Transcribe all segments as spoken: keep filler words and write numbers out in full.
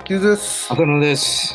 キズです。 浅野です。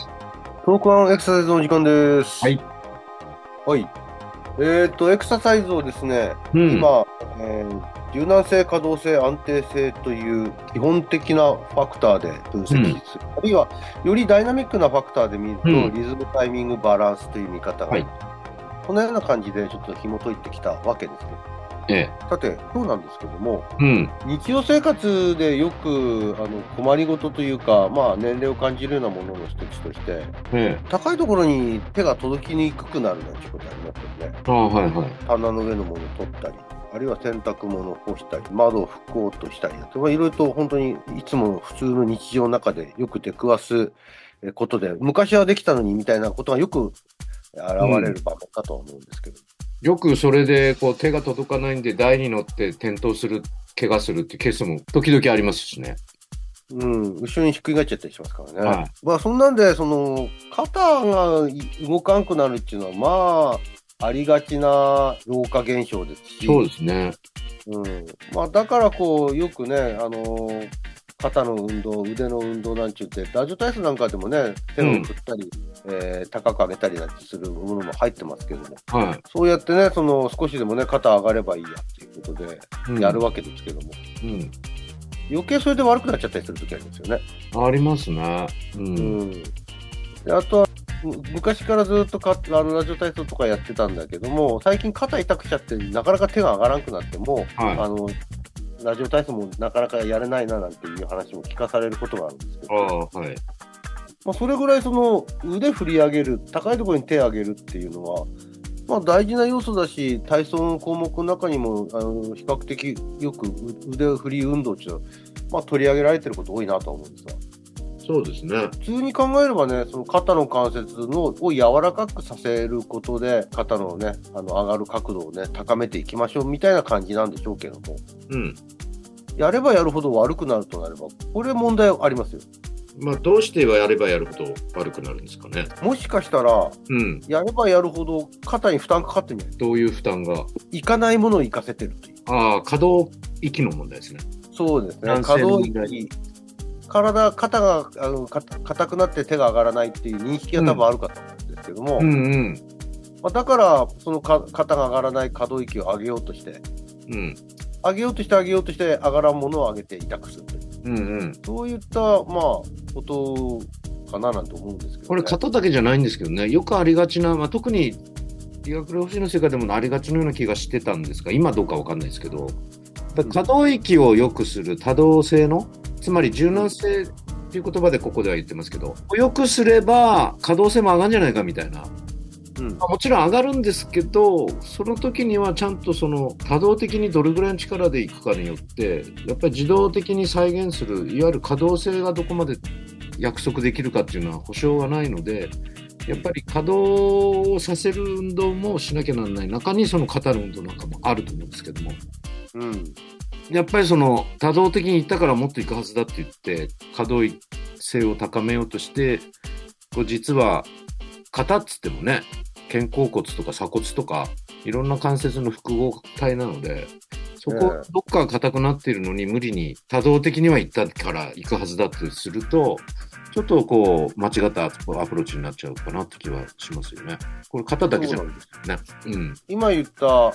トークワンエクササイズの時間です。 はい。 はい。えっと、エクササイズをですね、 うん。 今、えー柔軟性、可動性、安定性という基本的なファクターで分うん。 析する。あるいは、よりダイナミックなファクターで見ると、 うん。 リズム、タイミング、バランスという見方がある。 はい。 このような感じでちょっと紐解いてきたわけですけど。 ええ。 さて、今日なんですけども、 うん。 日常生活でよくあの困りごとというか、まあ、年齢を感じるようなものの一つとして、 ええ。 高いところに手が届きにくくなるなんていうことありますよね。 ああ、はいはい。 棚の上のものを取ったり、あるいは洗濯物を干したり、窓を拭こうとしたりだとか、いろいろと本当にいつも普通の日常の中でよく出くわすえことで、昔はできたのにみたいなことがよく現うん。 れる場面かとは思うんですけど。 よくそれで、こう、手が届かないんで、台に乗って転倒する、怪我するっていうケースも時々ありますしね。 うん、後ろにひっくり返っちゃったりしますからね。 はまあ、そんなんで、その、肩がい動かんくなるっていうのは、まあ、ありがちな老化現象ですい。そうし、 ですね。 うん。まあ、だからこう、よくね、あのー肩の運動、腕の運動なんちゅうて、ラジオ体操なんかでもね、手をうん。 振ったり、えー高く上げたりなんてするものも入ってますけども、 はそうやってね、その少しでもね、肩上がればいいやっていうことで、 い。うん。 やるわけですけども、 うん。 余計それで悪くなっちゃったりするときありますよね。 ありますね。うん。 うん。であとは、む昔からずっとかあのラジオ体操とかやってたんだけども、最近肩痛くちゃって、なかなか手が上がらなくなっても、 はい。 あの、ラジオ体操もなかなかやれないななんていう話も聞かされることがあるんですけど、 ああ、はい。 まあ、それぐらいその腕振り上げる、高いところに手を上げるっていうのは、まあ、大事な要素だし、体操の項目の中にもあの比較的よく腕振り運動っていうのは、まあ、取り上げられてること多いなと思うんですが。 そうですね。 普通に考えればね、その肩の関節のを柔らかくさせることで、肩のね、あの上がる角度をね、高めていきましょうみたいな感じなんでしょうけども、 うん。 やればやるほど悪くなるとなれば、これ問題ありますよ。 まあ、どうしてはやればやるほど悪くなるんですかね。 もしかしたら、 うん。 やればやるほど肩に負担かかってるんじゃないですか。 どういう負担が。 いかないものを活かせてるという。 ああ、可動域の問題ですね。 そうですね。 男可動性の問題。 域、体、肩があのか硬くなって手が上がらないっていう認識がうん。 多分あるかと思うんですけども、 うんうん。 まあ、だから、そのか肩が上がらない可動域を上げようとして、 うん。 上げようとして上げようとして上がらんものを上げて痛くするという、 うんうん。 そういった、まあ、ことかななんて思うんですけどこれね。 型だけじゃないんですけどね、よくありがちな、まあ、特に理学療法士の世界でもありがちなような気がしてたんですが、今どうかわかんないですけど、やっぱ可うん。 動域を良くする多動性の、つまり柔うん。 軟性っていう言葉でここでは言ってますけど、良くすれば可動性も上がるんじゃないかみたいな。 うん。 まあもちろん上がるんですけど、その時にはちゃんとその多動的にどれぐらいの力でいくかによって、やっぱり自動的に再現する、いわゆる可動性がどこまで約束できるかっていうのは保証がないので、やっぱり稼働をさせる運動もしなきゃならない中にその肩の運動なんかもあると思うんですけども、 うん。 やっぱりその多動的にいったからもっといくはずだって言って可動性を高めようとして、こう実は肩っつってもね、肩甲骨とか鎖骨とかいろんな関節の複合体なので、そえこどっえ。 かが硬くなっているのに無理に多動的には行ったから行くはずだってすると、ちょっとこう間違ったアプローチになっちゃうかなって気はしますよね。これ肩だけじゃそうなんです。 ないね。うん。 今言った、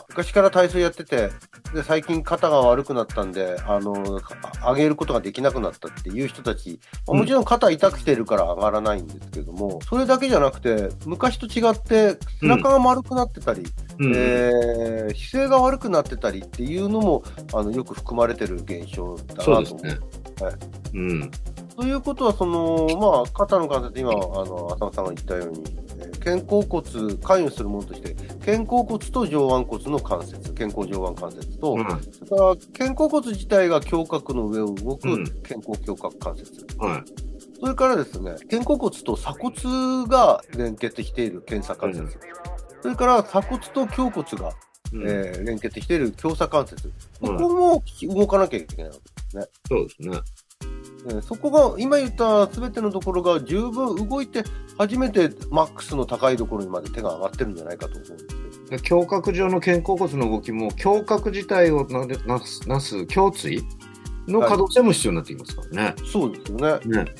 昔から体操やってて、で、最近肩が悪くなったんで、あの、上げることができなくなったっていう人たち、まあうん。 もちろん肩痛くしてるから上がらないんですけども、それだけじゃなくて、昔と違って背うん。 中が丸くなってたり、 うん。うん。 えー姿勢が悪くなってたりっていうのも、あの、よく含まれてる現象だなと思そうですね。 う。はい。 うん。 ということは、その、まあ、肩の関節、今、あの、浅野さんが言ったように、えー肩甲骨、関与するものとして、肩甲骨と上腕骨の関節、肩甲上腕関節と、 うん。 それから肩甲骨自体が胸郭の上を動くうん。 肩甲胸郭関節。 はそれからですね、肩甲骨と鎖骨が連結している肩鎖い。 関節。 うん。 それから鎖骨と胸骨が、 うん。 えー連結している胸鎖関節。こはい。 こも動かなきゃいけないわけですね。 そうですね。 えそこが今言った全てのところが十分動いて初めてマックスの高いところにまで手が上がってるんじゃないかと思うんですけど。 で胸郭上の肩甲骨の動きも胸郭自体をななすなす胸椎のはい。 可動性も必要になってきますからね。 そうですよね。 ね。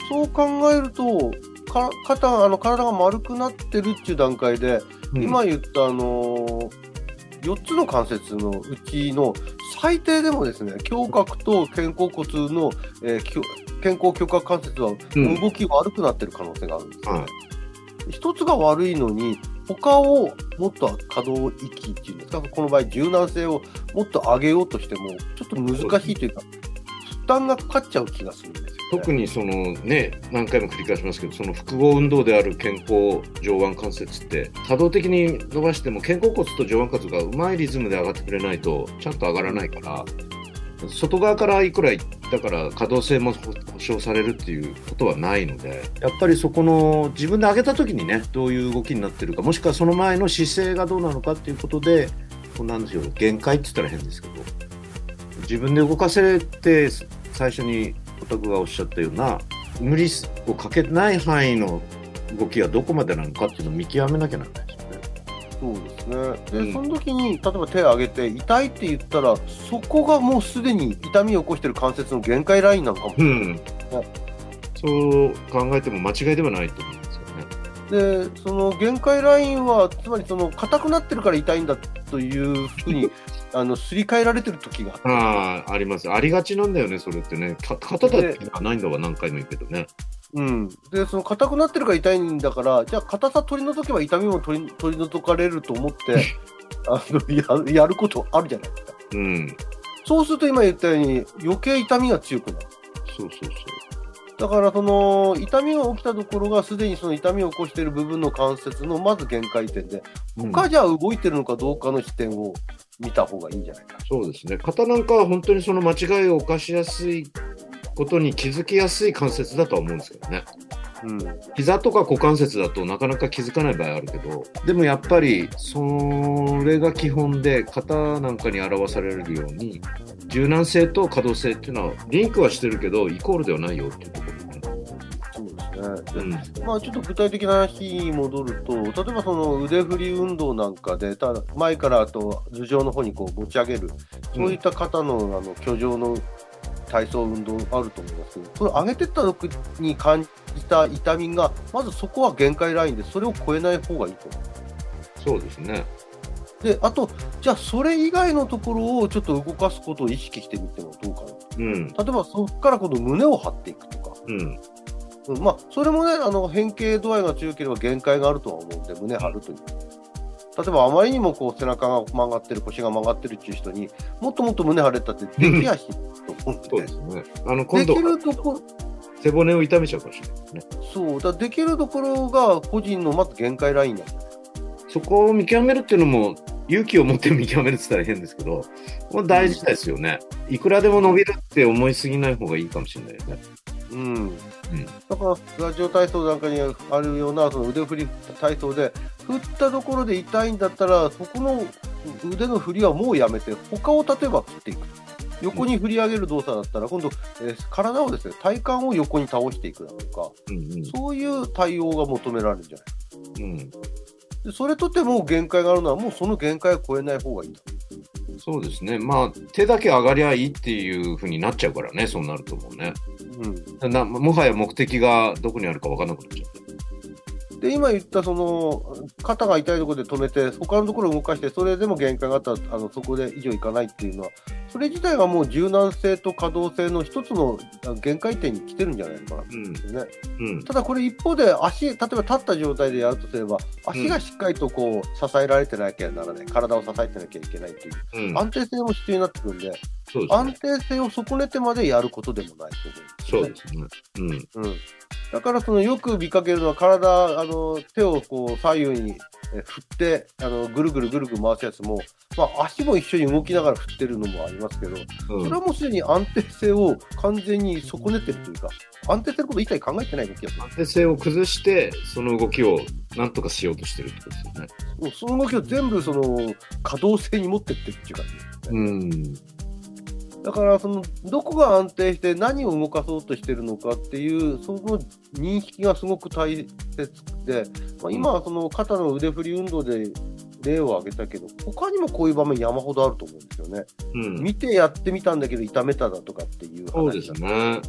そう考えると、か肩あの体が丸くなってるっていう段階で、うん、今言ったあのよっつの関節のうちの最低でもですね、胸郭と肩甲骨の、えー、肩甲胸郭関節は動き悪くなってる可能性があるんですよね。うん、一つが悪いのに、他をもっと可動域っていうんですか、この場合柔軟性をもっと上げようとしてもちょっと難しいというか、負担がかかっちゃう気がするんですよね。 特にそのね、何回も繰り返しますけど、その複合運動である肩甲上腕関節って多動的に伸ばしても肩甲骨と上腕関節がうまいリズムで上がってくれないとちゃんと上がらないから、外側からいくらいったから可動性も保証されるっていうことはないので、やっぱりそこの自分で上げた時にね、どういう動きになってるか、もしくはその前の姿勢がどうなのかっていうことで、こんなんですよ、限界って言ったら変ですけど、自分で動かせて最初にオタクがおっしゃったような無理をかけない範囲の動きはどこまでなのかっていうのを見極めなきゃならないですよね。 そうですね。で、うん、その時に例えば手を挙げて痛いって言ったら、そこがもうすでに痛みを起こしている関節の限界ラインなのかもしれない、うん、 そう考えても間違いではないと思うんですよね。で、その限界ラインはつまりその硬くなってるから痛いんだというふうにあのすり替えられてる時がああ、あります。ありがちなんだよね、それってね。肩だってないんだわ、何回も言うけどね。 うん、でその硬くなってるから痛いんだから、じゃあ硬さ取り除けば痛みも取り、取り除かれると思ってあの や, やることあるじゃないですか、 うん、 そうすると今言ったように余計痛みが強くなる。 そうそうそう。 だからその痛みが起きたところがすでにその痛みを起こしている部分の関節のまず限界点で、他じゃあ動いてるのかどうかの視点を見た方がいいんじゃないか。 そうですね。肩なんかは本当にその間違いを犯しやすいことに気づきやすい関節だとは思うんですけどね。うん、膝とか股関節だとなかなか気づかない場合あるけど、でもやっぱりそれが基本で、肩なんかに表されるように柔軟性と可動性っていうのはリンクはしてるけどイコールではないよっていうところ。 そうですね。で、うん、まあちょっと具体的な話に戻ると、例えばその腕振り運動なんかで、ただ前からあと頭上の方にこう持ち上げる、そういった肩の、あの居上の体操運動あると思いますけど、それ上げてった時に感じた痛みがまずそこは限界ラインで、それを超えない方がいいと思う。 そうですね。 で、あとじゃあそれ以外のところをちょっと動かすことを意識してみてもどうかなと、うん、例えばそこから今度胸を張っていくとか、うんうん、まあそれもね、あの変形度合いが強ければ限界があるとは思うんで、胸張るという、例えばあまりにもこう背中が曲がってる、腰が曲がってるっていう人にもっともっと胸張れたってできやしと思うんで、 そうですね。あの今度できるとこ背骨を痛めちゃうかもしれないですね。 そうだ、できるところが個人のまず限界ラインなんです。 そこを見極めるっていうのも勇気を持って見極めるって言ったら変ですけど、これ大事ですよね。いくらでも伸びるって思いすぎない方がいいかもしれないよね。 うん、うん、だからラジオ体操なんかにあるようなその腕振り体操で振ったところで痛いんだったら、そこの腕の振りはもうやめて他を例えば振っていく。横に振り上げる動作だったら今度、えー、体をですね、体幹を横に倒していくだとか、うんうん、そういう対応が求められるんじゃないか、うん、でそれとっても限界があるのはもうその限界を超えない方がいいんだ。 そうですね。まあ手だけ上がりゃいいっていう風になっちゃうからね、そうなると思うね、うん、なもはや目的がどこにあるか分からなくなっちゃう。 で今言ったその肩が痛いところで止めて他のところを動かして、それでも限界があったらあのそこで以上いかないっていうのは、それ自体がもう柔軟性と可動性の一つの限界点に来てるんじゃないのかなと思うんですね、うんうん、ただこれ一方で足、例えば立った状態でやるとすれば足がしっかりとこう支えられてなきゃならない、体を支えてなきゃいけないという、うん、安定性も必要になってくるんで、そうですね、安定性を損ねてまでやることでもないと思うんですね。そうですね、うんうん、だからそのよく見かけるのは体、あの手をこう左右に振ってあのぐるぐるぐるぐる回すやつも、まあ、足も一緒に動きながら振ってるのもありますけど、うん、それはもうすでに安定性を完全に損ねてるというか、安定すること一切考えてない動きだと。 安定性を崩してその動きをなんとかしようとしてるってことですよね。 もうその動きを全部その可動性に持ってってるっていう感じですね。うんだからそのどこが安定して何を動かそうとしているのかっていうその認識がすごく大切で、まあ、今はその肩の腕振り運動で例を挙げたけど、他にもこういう場面山ほどあると思うんですよね、うん、見てやってみたんだけど痛めただとかっていう話。 そうですね。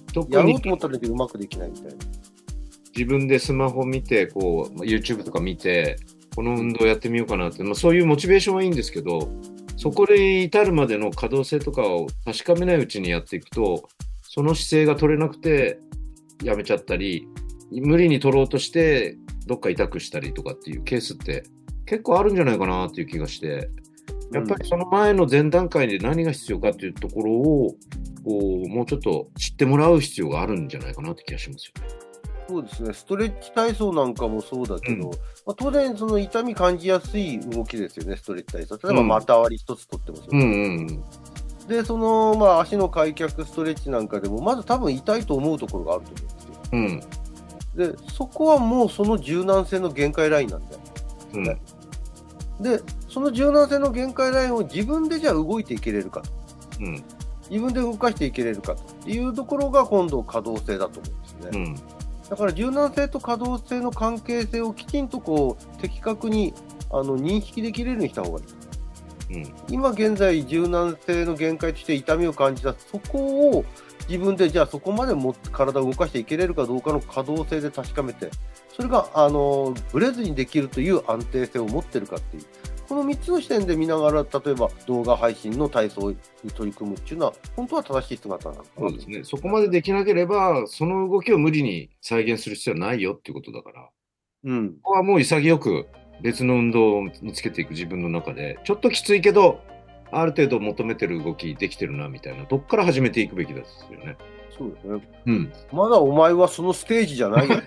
特やろうにと思ったんだけどうまくできないみたいな。 自分でスマホ見て、こう、まあ YouTube とか見て、この運動やってみようかなって、まあ、そういうモチベーションはいいんですけど、そこで至るまでの可動性とかを確かめないうちにやっていくと、その姿勢が取れなくてやめちゃったり、無理に取ろうとしてどっか痛くしたりとかっていうケースって結構あるんじゃないかなっていう気がして、やっぱりその前の前段階で何が必要かっていうところをこうもうちょっと知ってもらう必要があるんじゃないかなって気がしますよね。 そうですね、ストレッチ体操なんかもそうだけど、 うんまあ、当然、その痛み感じやすい動きですよね、ストレッチ体操。例えば、 うん股割り一つとってもそうです、 うんうんで、その、まあ、足の開脚ストレッチなんかでも、まず多分痛いと思うところがあると思うんですよ。 うんで、そこはもうその柔軟性の限界ラインなんだよ。 うんで、その柔軟性の限界ラインを自分でじゃあ動いていけれるかと。 うん自分で動かしていけれるかというところが今度可動性だと思うんですね。 うんだから柔軟性と可動性の関係性をきちんとこう的確にあの認識できれるようにした方がいい。 うん今現在柔軟性の限界として痛みを感じたそこを自分でじゃあそこまでも体を動かしていけれるかどうかの可動性で確かめて、それがあのブレずにできるという安定性を持っているかっていう、このみっつの視点で見ながら例えば動画配信の体操に取り組むっていうのは本当は正しい姿なのかな。 そうですね。そこまでできなければ、その動きを無理に再現する必要はないよっていうことだから、 うんここはもう潔く別の運動を見つけていく自分の中で、ちょっときついけど、ある程度求めてる動きできてるなみたいな、どっから始めていくべきですよね。 そうですね。 うん。 まだお前はそのステージじゃないよ。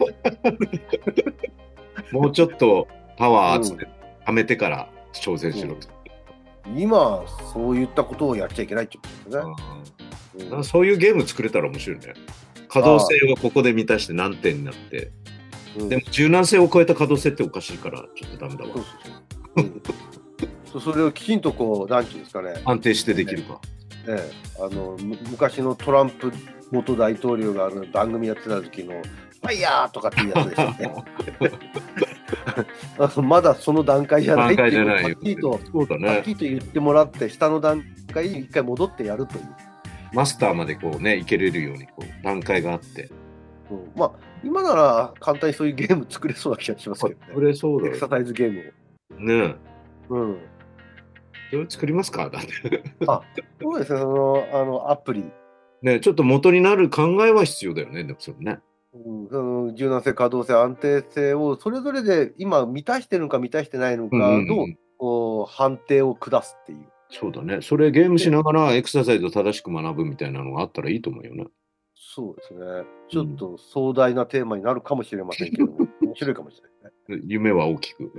もうちょっとパワー集め、はめてから挑戦しろと。 今そういったことをやっちゃいけないってことですね。 うんうんそういうゲーム作れたら面白いね。可動性をここで満たして何点になって、 うんでも柔軟性を超えた可動性っておかしいからちょっとダメだわそう。そうそう、うんそうそれをきちんとこうなんていうんですかね、 安定してできるか。 ええ、あのむ昔のトランプ元大統領があの番組やってた時の「ファイヤー!」とかっていうやつですよね。あのまだその段階じゃないっていうのをはっきりと、 そうだねはっき。りと言ってもらって下の段階に一回戻ってやるという。 マスターまでこうね、いけれるようにこう段階があって。 うんまあ、今なら簡単にそういうゲーム作れそうな気がしますけどね。 これそうだよエクササイズゲームね。 を。うん。 それ作りますかだって。 あ、そうですね、その、あの、アプリ。 ね、ちょっと元になる考えは必要だよね、でもそれね。 うん、その柔軟性、可動性、安定性をそれぞれで今満たしてるのか満たしてないのか、 うんうんうんどうこう判定を下すっていう。 そうだね。それゲームしながらエクササイズを正しく学ぶみたいなのがあったらいいと思うよね。 そうですね。ちょっと壮大なテーマになるかもしれませんけど、面白いかもしれないね。 夢は大きく。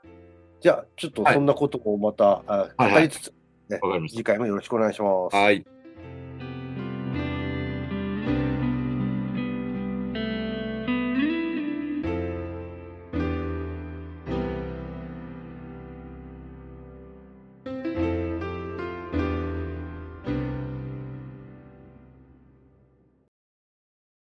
じゃあ、ちょっとそんなことをまた、あはい語りつつ、ねわかりました。 次回もよろしくお願いします。 はい。